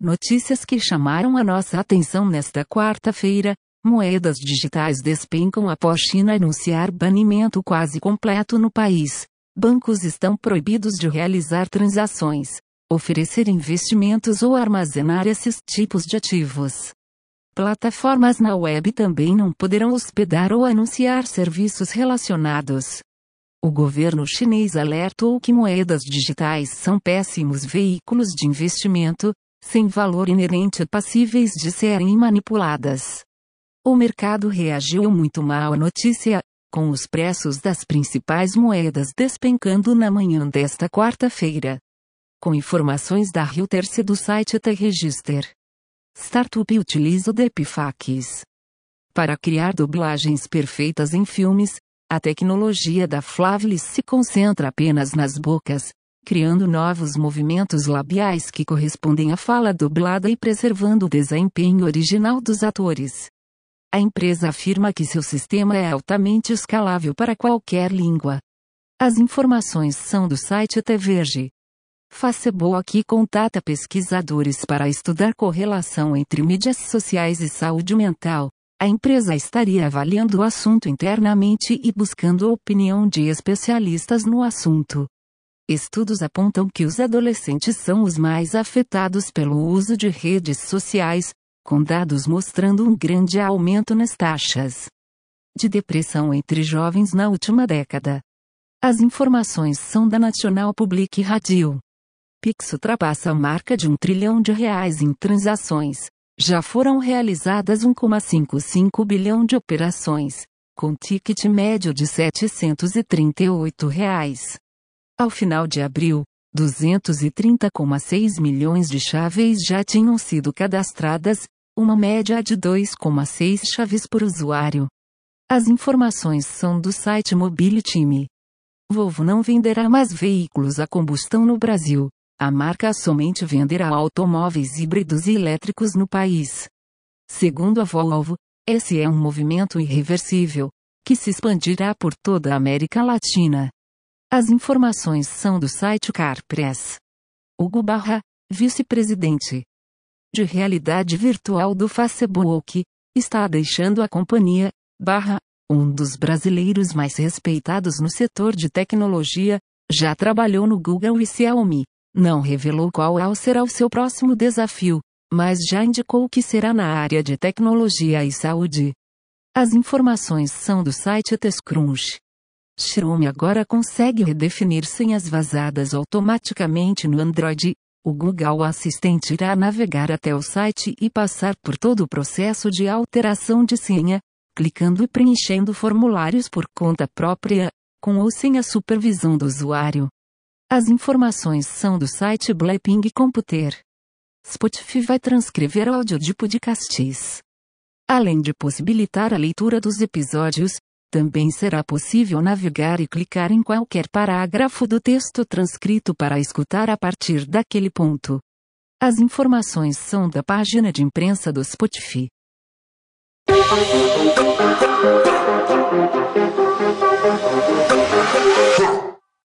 Notícias que chamaram a nossa atenção nesta quarta-feira: moedas digitais despencam após China anunciar banimento quase completo no país. Bancos estão proibidos de realizar transações, oferecer investimentos ou armazenar esses tipos de ativos. Plataformas na web também não poderão hospedar ou anunciar serviços relacionados. O governo chinês alertou que moedas digitais são péssimos veículos de investimento, sem valor inerente, passíveis de serem manipuladas. O mercado reagiu muito mal à notícia, com os preços das principais moedas despencando na manhã desta quarta-feira. Com informações da Reuters e do site The Register. Startup utiliza o Deepfakes para criar dublagens perfeitas em filmes. A tecnologia da Flavlis se concentra apenas nas bocas, criando novos movimentos labiais que correspondem à fala dublada e preservando o desempenho original dos atores. A empresa afirma que seu sistema é altamente escalável para qualquer língua. As informações são do site The Verge. Facebook contata pesquisadores para estudar correlação entre mídias sociais e saúde mental. A empresa estaria avaliando o assunto internamente e buscando a opinião de especialistas no assunto. Estudos apontam que os adolescentes são os mais afetados pelo uso de redes sociais, com dados mostrando um grande aumento nas taxas de depressão entre jovens na última década. As informações são da National Public Radio. Pix ultrapassa a marca de R$ 1 trilhão em transações. Já foram realizadas 1,55 bilhão de operações, com ticket médio de R$ 738. Ao final de abril, 230,6 milhões de chaves já tinham sido cadastradas, uma média de 2,6 chaves por usuário. As informações são do site Mobility. Volvo não venderá mais veículos a combustão no Brasil. A marca somente venderá automóveis híbridos e elétricos no país. Segundo a Volvo, esse é um movimento irreversível, que se expandirá por toda a América Latina. As informações são do site CarPress. Hugo Barra, vice-presidente de realidade virtual do Facebook, está deixando a companhia. Barra, um dos brasileiros mais respeitados no setor de tecnologia, já trabalhou no Google e Xiaomi. Não revelou qual será o seu próximo desafio, mas já indicou que será na área de tecnologia e saúde. As informações são do site TechCrunch. Chrome agora consegue redefinir senhas vazadas automaticamente no Android. O Google Assistant irá navegar até o site e passar por todo o processo de alteração de senha, clicando e preenchendo formulários por conta própria, com ou sem a supervisão do usuário. As informações são do site Bleeping Computer. Spotify vai transcrever áudio de podcasts. Além de possibilitar a leitura dos episódios, também será possível navegar e clicar em qualquer parágrafo do texto transcrito para escutar a partir daquele ponto. As informações são da página de imprensa do Spotify.